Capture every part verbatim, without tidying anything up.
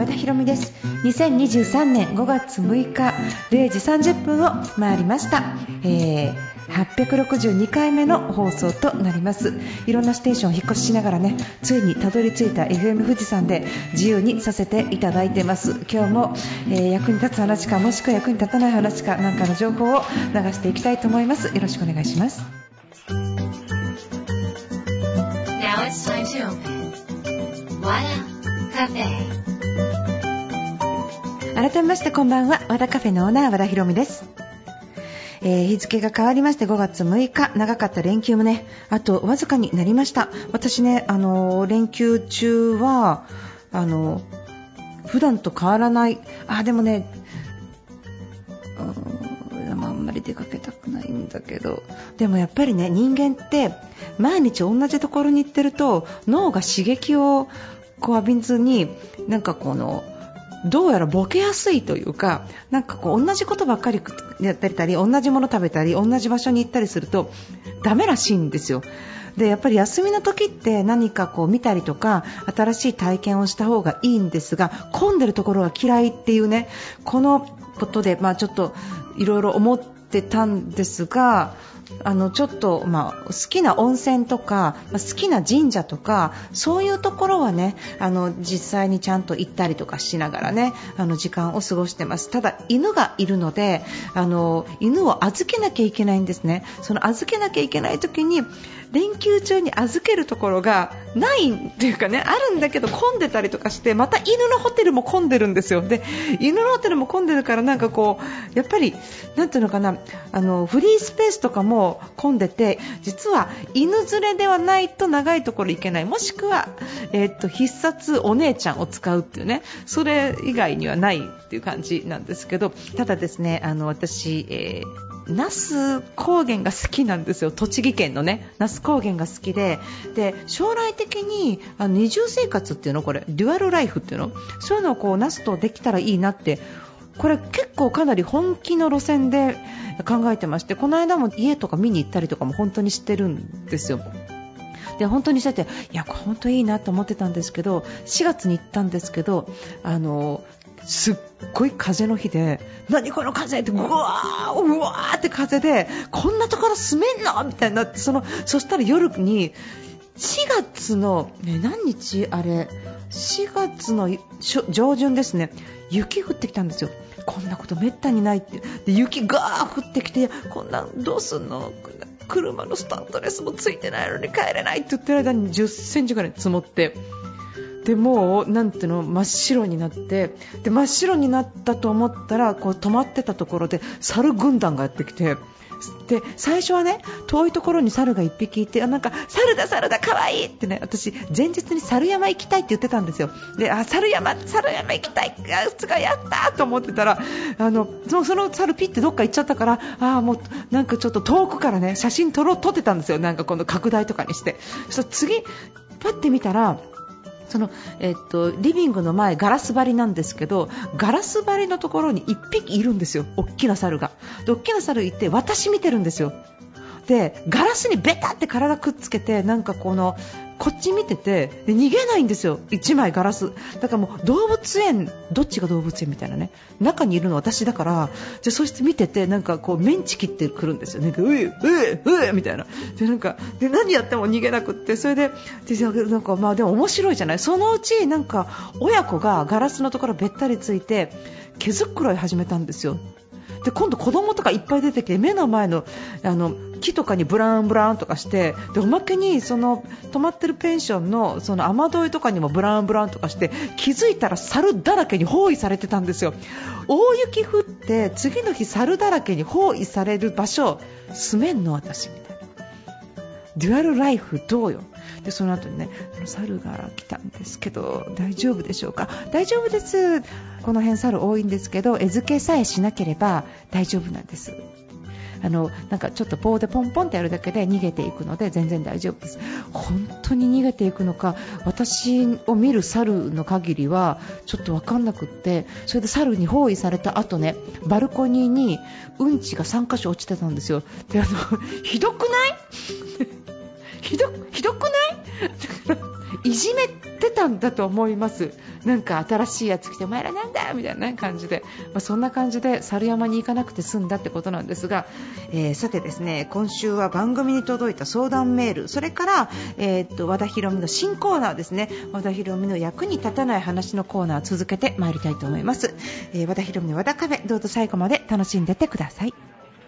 田ひろみです。にせんにじゅうさんねんごがつむいかれいじさんじゅっぷんを回りました。えーはっぴゃくろくじゅうにかいめの放送となります。いろんなステーションを引っ越ししながらね、ついにたどり着いた エフエム 富士山で自由にさせていただいてます。今日も、えー、役に立つ話かもしくは役に立たない話かなんかの情報を流していきたいと思います。よろしくお願いします。 Now it's time to open Wada Cafe。 改めましてこんばんは。和田カフェのオーナー和田ひろみです。えー、日付が変わりましてごがつむいか、長かった連休もね、あとわずかになりました。私ね、あのー、連休中はあのー、普段と変わらない、あでもね、あんまり出かけたくないんだけど、でもやっぱりね、人間って毎日同じところに行ってると脳が刺激をこう浴びずに、なんかこのどうやらボケやすいというか、なんかこう同じことばっかりやったり、同じもの食べたり、同じ場所に行ったりするとダメらしいんですよ。でやっぱり休みの時って何かこう見たりとか新しい体験をした方がいいんですが、混んでるところが嫌いっていうね、このことで、まあ、ちょっといろいろ思ってたんですが、あのちょっと、まあ、好きな温泉とか好きな神社とかそういうところはね、あの実際にちゃんと行ったりとかしながらね、あの時間を過ごしてます。ただ犬がいるので、あの犬を預けなきゃいけないんですね。その預けなきゃいけない時に連休中に預けるところがないっていうかね、あるんだけど混んでたりとかして、また犬のホテルも混んでるんですよ。で犬のホテルも混んでるから、なんかこうやっぱりなんていうのかな、あのフリースペースとかも混んでて、実は犬連れではないと長いところ行けない、もしくは、えー、っと必殺お姉ちゃんを使うっていうね、それ以外にはないっていう感じなんですけど、ただですね、あの私、えー那須高原が好きなんですよ。栃木県のね、那須高原が好きで、で将来的にあの二重生活っていうの、これデュアルライフっていうの、そういうのをこう那須とできたらいいなって、これ結構かなり本気の路線で考えてまして、この間も家とか見に行ったりとかも本当にしてるんですよ。で本当にしてて、いや本当いいなと思ってたんですけど、しがつに行ったんですけど、あのすっごい風の日で、何この風ってぐわーうわーって風で、こんなところ住めんのみたいになって、そのそしたら夜にしがつの、ね、何日あれ、しがつの上旬ですね、雪降ってきたんですよ。こんなことめったにないって。で雪がー降ってきて、こんなどうすんの、車のスタッドレスもついてないのに帰れないって言ってる間にじゅっセンチぐらい積もって、でもうなんていうの、真っ白になって、で真っ白になったと思ったら、こう止まってたところで猿軍団がやってきて、で最初はね、遠いところに猿が一匹いて、なんか猿だ猿だ可愛いってね、私前日に猿山行きたいって言ってたんですよ。であ猿山猿山行きたい、あつがやったと思ってたら、あのそのその猿ピッてどっか行っちゃったから、あもうなんかちょっと遠くからね写真撮ろう撮ってたんですよ。なんかこの拡大とかにして、そしたら次パッて見たら、そのえっと、リビングの前ガラス張りなんですけど、ガラス張りのところにいっぴきいるんですよ、大きな猿が。で大きな猿いて私見てるんですよ。でガラスにベタって体くっつけて、なんかこのこっち見てて、で逃げないんですよ、いちまいガラスだから。もう動物園、どっちが動物園みたいなね、中にいるの私だから、じゃそして見てて、なんかこうメンチ切ってくるんですよね。うえうえうえみたいなで、なんかで何やっても逃げなくって、それで、でなんかまあでも面白いじゃない。そのうちなんか親子がガラスのところべったりついて毛づくろい始めたんですよ。で今度子供とかいっぱい出てきて、目の前のあの木とかにブランブランとかして、でおまけにその泊まってるペンションのその雨どいとかにもブランブランとかして、気づいたら猿だらけに包囲されてたんですよ。大雪降って次の日猿だらけに包囲される場所住めんの私みたいな。デュアルライフどうよ。でその後にね、猿が来たんですけど大丈夫でしょうか。大丈夫です、この辺猿多いんですけど、餌付けさえしなければ大丈夫なんです。あのなんかちょっと棒でポンポンってやるだけで逃げていくので全然大丈夫です。本当に逃げていくのか、私を見る猿の限りはちょっと分かんなくって、それで猿に包囲された後ね、バルコニーにうんちがさんかしょ落ちてたんですよ。であのひどくないひどひどくないいじめてたんだと思います。なんか新しいやつ来てお前らなんだみたいな感じで、まあ、そんな感じで猿山に行かなくて済んだってことなんですが、えー、さてですね、今週は番組に届いた相談メール、それから、えー、っと和田博美の新コーナーですね、和田博美の役に立たない話のコーナー続けてまいりたいと思います。えー、和田博美の和田カフェ、どうぞ最後まで楽しんでってください。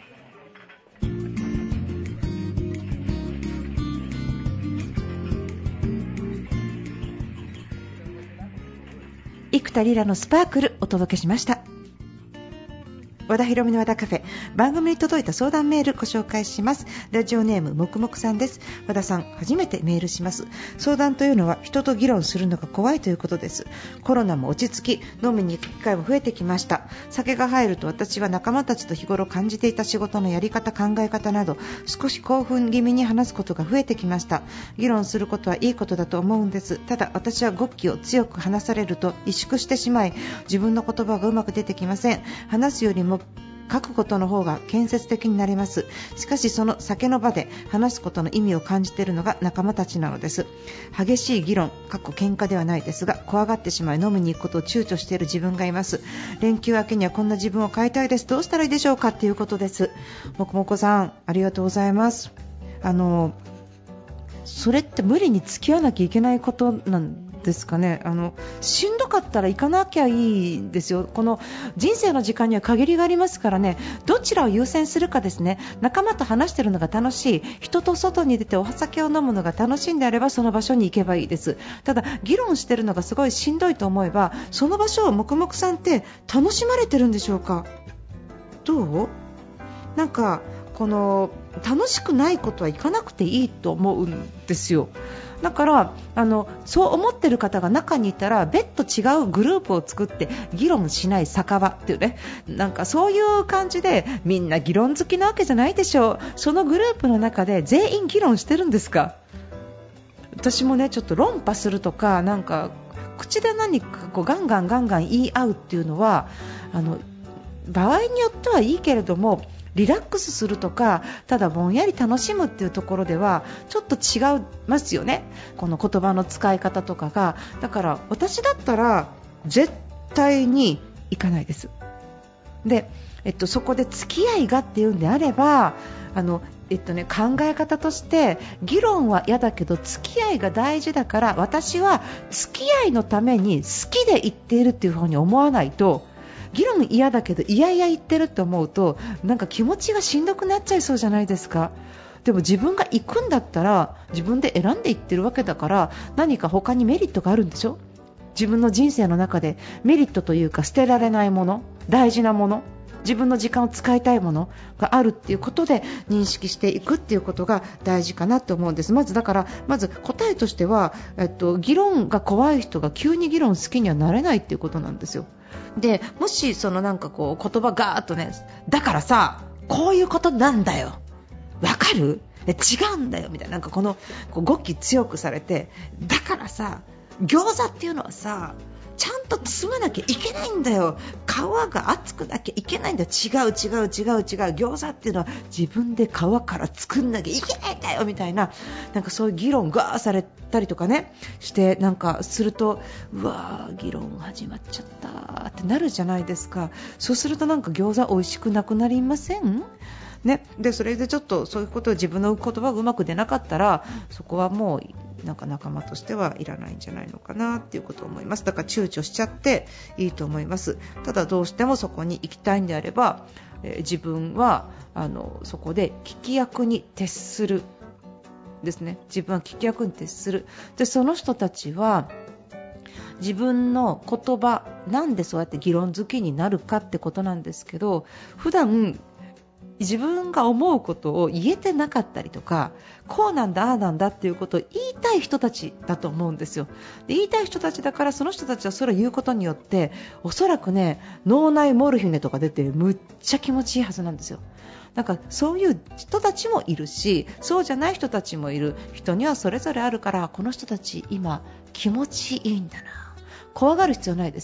生田リラのスパークルお届けしました。和田博美の和田カフェ、番組に届いた相談メールご紹介します。ラジオネームもくもくさんです。和田さん、初めてメールします。相談というのは人と議論するのが怖いということです。コロナも落ち着き、飲みに行く機会も増えてきました。酒が入ると私は仲間たちと日頃感じていた仕事のやり方、考え方など少し興奮気味に話すことが増えてきました。議論することはいいことだと思うんです。ただ私は語気を強く話されると萎縮してしまい、自分の言葉がうまく出てきません。話すよりも書くことの方が建設的になります。しかしその酒の場で話すことの意味を感じているのが仲間たちなのです。激しい議論、かっこ喧嘩ではないですが、怖がってしまい飲みに行くことを躊躇している自分がいます。連休明けにはこんな自分を変えたいです。どうしたらいいでしょうかということです。もこもこさん、ありがとうございます。あのそれって無理に付き合わなきゃいけないことなんですかね。あのしんどかったら行かなきゃいいんですよ。この人生の時間には限りがありますからね、どちらを優先するかですね。仲間と話しているのが楽しい、人と外に出てお酒を飲むのが楽しいんであればその場所に行けばいいです。ただ議論しているのがすごいしんどいと思えば、その場所を黙々さんって楽しまれてるんでしょうか。どう？なんかこの楽しくないことは行かなくていいと思うんですよ。だからあのそう思っている方が中にいたら別途違うグループを作って議論しない酒場っていうね、なんかそういう感じで、みんな議論好きなわけじゃないでしょう。そのグループの中で全員議論してるんですか。私もねちょっと論破するとか、なんか口で何かこうガンガンガンガン言い合うっていうのはあの場合によってはいいけれども、リラックスするとかただぼんやり楽しむっていうところではちょっと違いますよね、この言葉の使い方とかが。だから私だったら絶対に行かないです。で、えっと、そこで付き合いがっていうんであれば、あのえっとね、考え方として議論は嫌だけど付き合いが大事だから、私は付き合いのために好きで言っているっていうふうに思わないと、議論嫌だけどいやいや言ってると思うとなんか気持ちがしんどくなっちゃいそうじゃないですか。でも自分が行くんだったら自分で選んで行ってるわけだから、何か他にメリットがあるんでしょ。自分の人生の中でメリットというか捨てられないもの、大事なもの、自分の時間を使いたいものがあるっていうことで認識していくっていうことが大事かなと思うんです。まずだからまず答えとしては、えっと、議論が怖い人が急に議論好きにはなれないっていうことなんですよ。でもしそのなんかこう言葉ガーッとね、だからさこういうことなんだよ、わかる、違うんだよみたいな、なんかこのこう語気強くされて、だからさ餃子っていうのはさちゃんと包まなきゃいけないんだよ、皮が厚くなきゃいけないんだよ、違う違う違う違う、餃子っていうのは自分で皮から作んなきゃいけないんだよみたいな、なんかそういう議論がされたりとかねして、なんかするとうわー議論始まっちゃったってなるじゃないですか。そうするとなんか餃子美味しくなくなりませんね。でそれでちょっとそういうことを自分の言葉がうまく出なかったら、そこはもうなんか仲間としてはいらないんじゃないのかなっていうことを思います。だから躊躇しちゃっていいと思います。ただどうしてもそこに行きたいんであれば、えー、自分はあのそこで聞き役に徹するですね。自分は聞き役に徹する。でその人たちは自分の言葉なんでそうやって議論好きになるかってことなんですけど、普段自分が思うことを言えてなかったりとか、こうなんだああなんだっていうことを言いたい人たちだと思うんですよ。で言いたい人たちだから、その人たちはそれを言うことによっておそらくね脳内モルヒネとか出てむっちゃ気持ちいいはずなんですよ。なんかそういう人たちもいるし、そうじゃない人たちもいる。人にはそれぞれあるから、この人たち今気持ちいいんだな、怖がる必要ないです。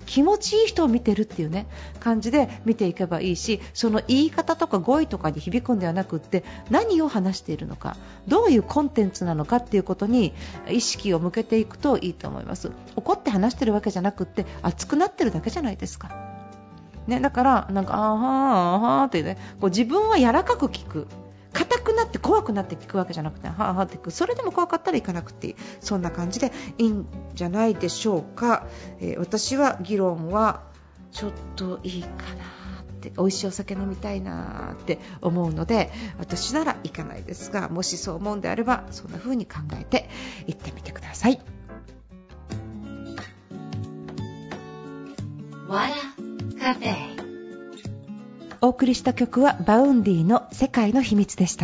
気持ちいい人を見てるっていうね感じで見ていけばいいし、その言い方とか語彙とかに響くんではなくって、何を話しているのか、どういうコンテンツなのかっていうことに意識を向けていくといいと思います。怒って話してるわけじゃなくって熱くなってるだけじゃないですか、ね、だからなんかあーはーあーはーってね、こう自分は柔らかく聞く、硬くなって怖くなって聞くわけじゃなくて、はーはーって聞く、それでも怖かったら行かなくていい、そんな感じでいいんじゃないでしょうか。えー、私は議論はちょっといいかなって、美味しいお酒飲みたいなって思うので、私なら行かないですが、もしそう思うんであればそんな風に考えて行ってみてください。 わらカフェ。 お送りした曲はバウンディの世界の秘密でした。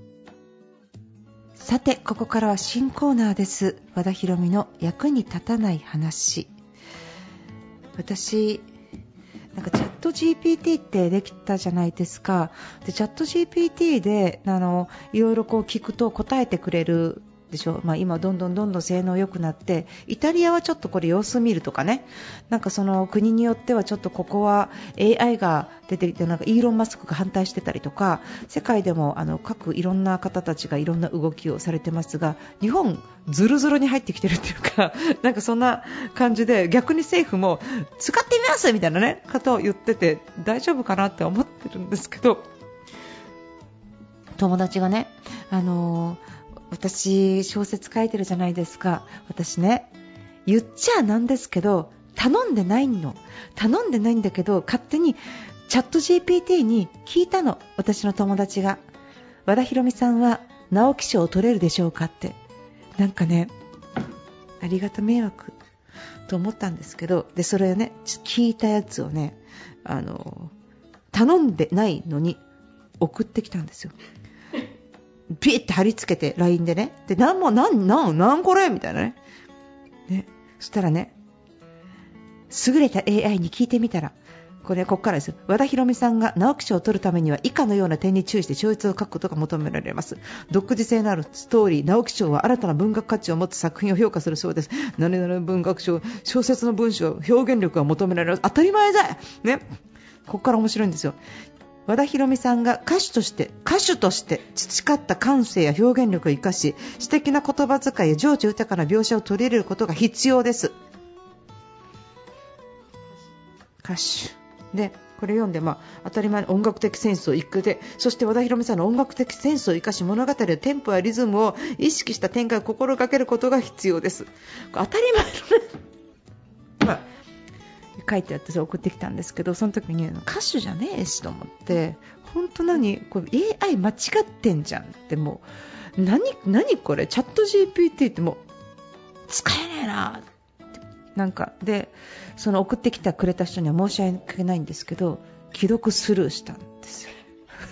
さて、ここからは新コーナーです。和田博美の役に立たない話。私なんかチャット ジーピーティー ってできたじゃないですか。でチャット ジーピーティー であのいろいろこう聞くと答えてくれるでしょ。まあ、今どんどんどんどん性能良くなって、イタリアはちょっとこれ様子見るとかね、なんかその国によってはちょっとここは エーアイ が出てきて、なんかイーロン・マスクが反対してたりとか、世界でもあの各いろんな方たちがいろんな動きをされてますが、日本ズルズルに入ってきてるっていうか、なんかそんな感じで、逆に政府も使ってみますみたいなね方を言ってて、大丈夫かなって思ってるんですけど、友達がね、あのー私小説書いてるじゃないですか。私ね、言っちゃなんですけど、頼んでないの頼んでないんだけど、勝手にチャット ジーピーティー に聞いたの。私の友達が、和田博美さんは直木賞を取れるでしょうかって。なんかね、ありがた迷惑と思ったんですけど、でそれをね聞いたやつをね、あの頼んでないのに送ってきたんですよ。ピーって貼り付けて ライン でね、でなんもなんなんなんこれみたいなね。ね、そしたらね、優れた エーアイ に聞いてみたら、これここからですよ。和田博美さんが直木賞を取るためには以下のような点に注意して小説を書くことが求められます。独自性のあるストーリー、直木賞は新たな文学価値を持つ作品を評価するそうです。何々文学賞、小説の文章、表現力が求められます。当たり前だよね。ここから面白いんですよ。和田博美さんが歌手として歌手として培った感性や表現力を生かし、詩的な言葉遣いや情緒豊かな描写を取り入れることが必要です。歌手でこれ読んで、まあ、当たり前の音楽的センスを生かで、そして和田博美さんの音楽的センスを生かし、物語のテンポやリズムを意識した展開を心がけることが必要です。当たり前のね、まあ書いてあって送ってきたんですけど、その時に歌手じゃねえしと思って、本当何これ エーアイ 間違ってんじゃんって、もう何何これチャット ジーピーティー ってもう使えねえなってなんかで、その送ってきてくれた人には申し訳ないんですけど、既読スルーしたんですよ。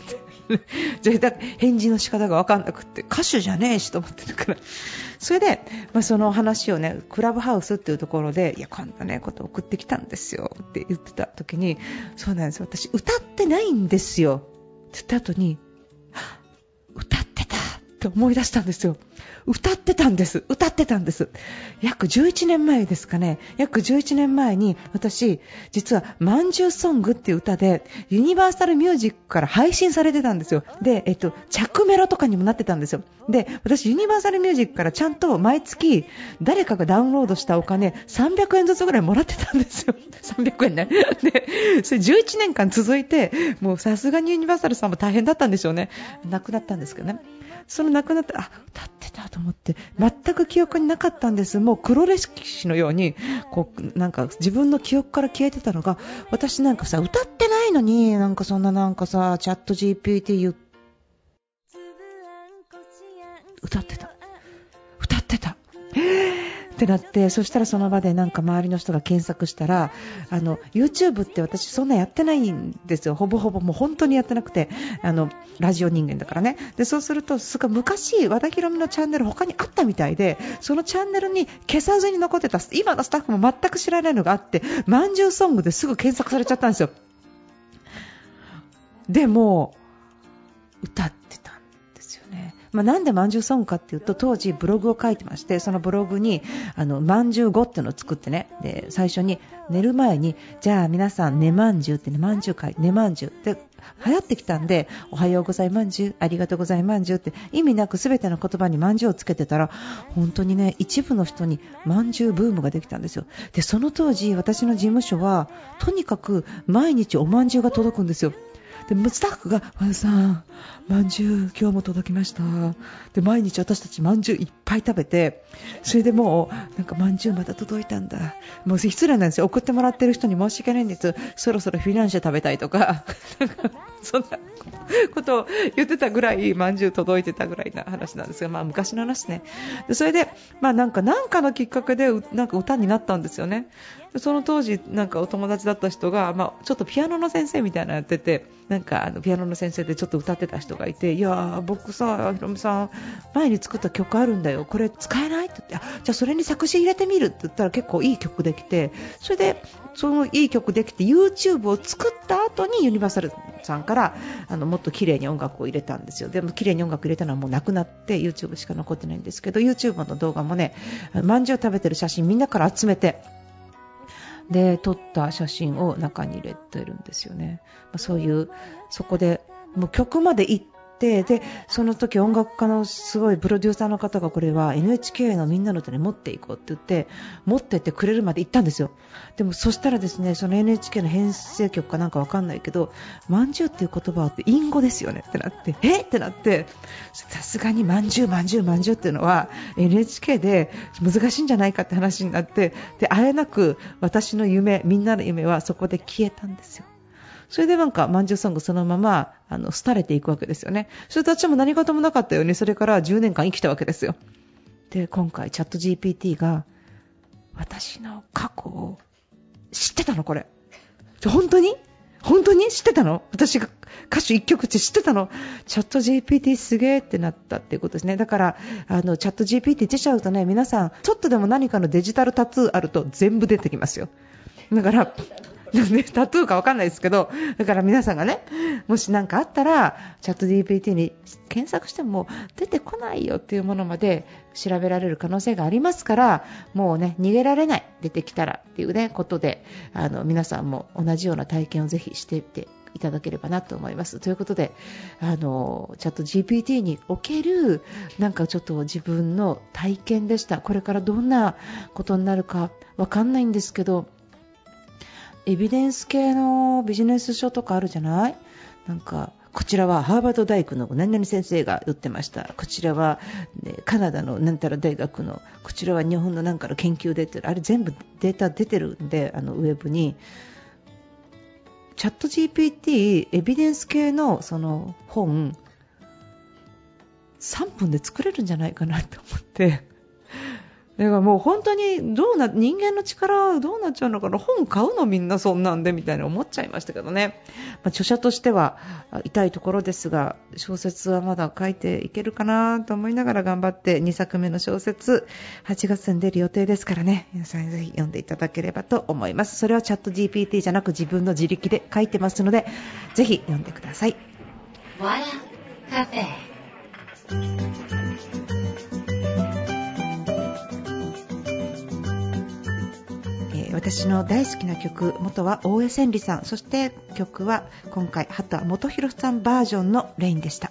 返事の仕方が分かんなくって、歌手じゃねえしと思ってるから、それで、まあ、その話をね、クラブハウスっていうところで、いやこんなねこと送ってきたんですよって言ってた時に、そうなんですよ、私歌ってないんですよって言った後に、歌ってたって思い出したんですよ。歌ってたんです歌ってたんです約じゅういちねんまえですかね。約じゅういちねんまえに私実はまんじゅうソングっていう歌でユニバーサルミュージックから配信されてたんですよ。で、えっと、着メロとかにもなってたんですよ。で、私ユニバーサルミュージックからちゃんと毎月誰かがダウンロードしたお金さんびゃくえんずつぐらいもらってたんですよ。さんびゃくえんね。で、それじゅういちねんかん続いて、もうさすがにユニバーサルさんも大変だったんでしょうね。亡くなったんですけどね。その亡くなって、あ、歌ってたと思って全く記憶になかったんです。もう黒歴史のようにこうなんか自分の記憶から消えてたのが、私なんかさ歌ってないのになんかそんななんかさチャット ジーピーティー 歌ってた歌ってたってなって、そしたらその場でなんか周りの人が検索したら、あの YouTube って私そんなやってないんですよ。ほぼほぼもう本当にやってなくて、あのラジオ人間だからね。でそうするとすごい昔和田博美のチャンネル他にあったみたいで、そのチャンネルに消さずに残ってた今のスタッフも全く知らないのがあって、まんじゅうソングですぐ検索されちゃったんですよ。でも歌ってたんですよね。 まあ、なんでまんじゅうソングかっていうと、当時ブログを書いてまして、そのブログにあのまんじゅう語っていうのを作ってね、で最初に寝る前にじゃあ皆さんねまんじゅうってねまんじゅう書いてねまんじゅうって流行ってきたんで、おはようございまんじゅう、ありがとうございまんじゅうって意味なくすべての言葉にまんじゅうをつけてたら、本当にね一部の人にまんじゅうブームができたんですよ。でその当時私の事務所はとにかく毎日おまんじゅうが届くんですよ。でスタッフが和田さんまんじゅう今日も届きました。で毎日私たちまんじゅういっぱい食べて、それでもうなんかまんじゅうまた届いたんだ、もう失礼なんですよ、送ってもらってる人に申し訳ないんです、そろそろフィナンシェ食べたいとかなんかそんなことを言ってたぐらいまんじゅう届いてたぐらいな話なんですが、まあ昔の話ね。でそれでまあなんかなんかのきっかけでなんか歌になったんですよね。でその当時なんかお友達だった人が、まあ、ちょっとピアノの先生みたいなのやってて、なんかあのピアノの先生でちょっと歌ってた人がいて、いやー僕さひろみさん前に作った曲あるんだよ、これ使えないって言って、あじゃあそれに作詞入れてみるって言ったら結構いい曲できて、それでそのいい曲できて YouTube を作った後にユニバーサルさんからあのもっと綺麗に音楽を入れたんですよ。でも綺麗に音楽入れたのはもうなくなって YouTube しか残ってないんですけど、 YouTube の動画もねまんじゅう食べてる写真みんなから集めてで撮った写真を中に入れてるんですよね。まあ、そういうそこでもう曲まで行って、でその時音楽家のすごいプロデューサーの方がこれは エヌエイチケー のみんなの手に持っていこうって言って持ってってくれるまで行ったんですよ。でもそしたらですね、その エヌエイチケー の編成局かなんかわかんないけど、まんじゅうっていう言葉って隠語ですよねってなって、えってなって、さすがにまんじゅうまんじゅうまんじゅうっていうのは エヌエイチケー で難しいんじゃないかって話になって、であえなく私の夢、みんなの夢はそこで消えたんですよ。それでなんかまんじゅうソングそのままあの廃れていくわけですよね。それと私も何事もなかったようにそれからじゅうねんかん生きたわけですよ。で今回チャット ジーピーティー が私の過去を知ってたの。これ本当に本当に知ってたの？私が歌手一曲って知ってたの？チャット ジーピーティー すげーってなったっていうことですね。だからあのチャット ジーピーティー 出ちゃうとね、皆さんちょっとでも何かのデジタルタトゥーあると全部出てきますよ。だからね、タトゥーかわかんないですけど、だから皆さんがね、もし何かあったらチャット ジーピーティー に検索しても出てこないよっていうものまで調べられる可能性がありますから、もうね逃げられない、出てきたらっていうねことで、あの皆さんも同じような体験をぜひしていっていただければなと思います。ということで、あのチャット ジーピーティー におけるなんかちょっと自分の体験でした。これからどんなことになるかわかんないんですけど、エビデンス系のビジネス書とかあるじゃない？なんかこちらはハーバード大学の何々先生が言ってました、こちらは、ね、カナダのなんたら大学の、こちらは日本のなんかの研究でってあれ全部データ出てるんで、あのウェブにチャット ジーピーティー エビデンス系のその本さんぷんで作れるんじゃないかなと思って、だからもう本当にどうな人間の力どうなっちゃうのかな、本買うのみんなそんなんでみたいな思っちゃいましたけどね。まあ、著者としては痛いところですが、小説はまだ書いていけるかなと思いながら頑張ってにさくめの小説はちがつに出る予定ですからね、皆さんぜひ読んでいただければと思います。それはチャット ジーピーティー じゃなく自分の自力で書いてますので、ぜひ読んでください。 わらカフェ。 私の大好きな曲、元は大江千里さん、そして曲は今回畑基博さんバージョンのレインでした。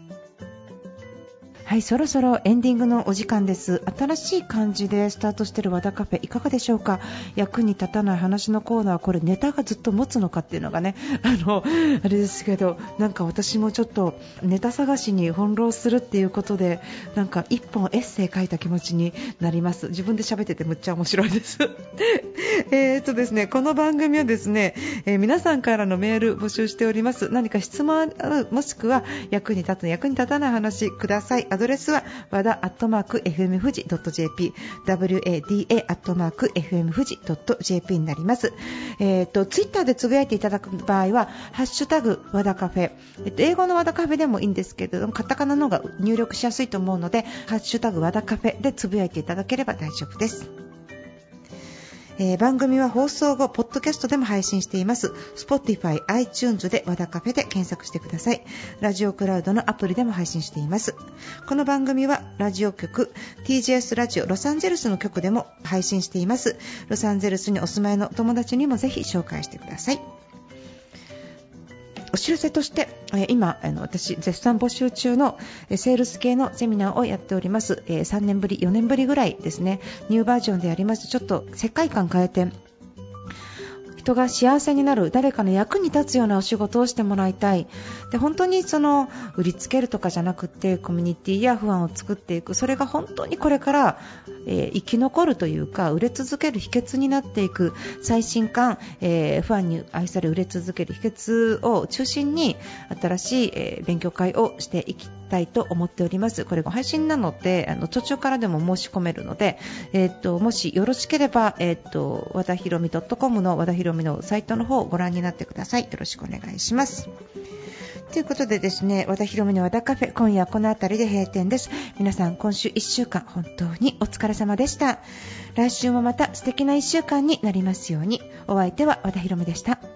はい、そろそろエンディングのお時間です。新しい感じでスタートしている和田カフェいかがでしょうか。役に立たない話のコーナー、これネタがずっと持つのかっていうのがね、あのあれですけど、なんか私もちょっとネタ探しに翻弄するっていうことで、なんか一本エッセイ書いた気持ちになります。自分で喋っててむっちゃ面白いですえーとですね、この番組はですね、えー、皆さんからのメール募集しております。何か質問ある、もしくは役に立つ役に立たない話ください。アドレスは和田アットマーク エフエム 富士 ドット ジェーピー ダブリューエーディーエー アットマーク エフエム 富士 ドット ジェーピー になります。えーとツイッターでつぶやいていただく場合はハッシュタグ和田カフェ、えっと、英語の和田カフェでもいいんですけれども、カタカナの方が入力しやすいと思うので、ハッシュタグ和田カフェでつぶやいていただければ大丈夫です。 えー、番組は放送後ポッドキャストでも配信しています。 Spotify、iTunes で和田カフェで検索してください。ラジオクラウドのアプリでも配信しています。この番組はラジオ局 ティージェーエス ラジオロサンゼルスの局でも配信しています。ロサンゼルスにお住まいの友達にもぜひ紹介してください。お知らせとして、今あの私絶賛募集中のセールス系のセミナーをやっております。さんねんぶりよねんぶりぐらいですね、ニューバージョンでやります。ちょっと世界観変えて人が幸せになる、誰かの役に立つようなお仕事をしてもらいたい。で、本当にその売りつけるとかじゃなくてコミュニティや不安を作っていく、それが本当にこれから、えー、生き残るというか売れ続ける秘訣になっていく、最新刊、えー、ファンに愛され売れ続ける秘訣を中心に新しい、えー、勉強会をしていきたいと思っております。これが配信なのであの途中からでも申し込めるので、えー、っともしよろしければ、えー、っと和田ひろみ .com の和田ひろみのサイトの方をご覧になってください。よろしくお願いします。ということでですね、和田ひろみの和田カフェ、今夜この辺りで閉店です。皆さん今週いっしゅうかん本当にお疲れ様でした。来週もまた素敵ないっしゅうかんになりますように。お相手は和田ひろみでした。